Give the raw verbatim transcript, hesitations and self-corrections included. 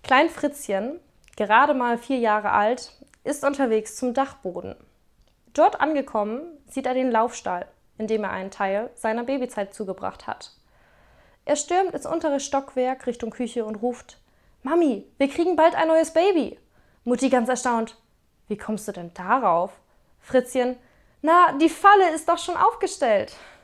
Klein Fritzchen, gerade mal vier Jahre alt, ist unterwegs zum Dachboden. Dort angekommen, sieht er den Laufstall, in dem er einen Teil seiner Babyzeit zugebracht hat. Er stürmt ins untere Stockwerk Richtung Küche und ruft: »Mami, wir kriegen bald ein neues Baby!« Mutti ganz erstaunt: »Wie kommst du denn darauf?« Fritzchen: »Na, die Falle ist doch schon aufgestellt.«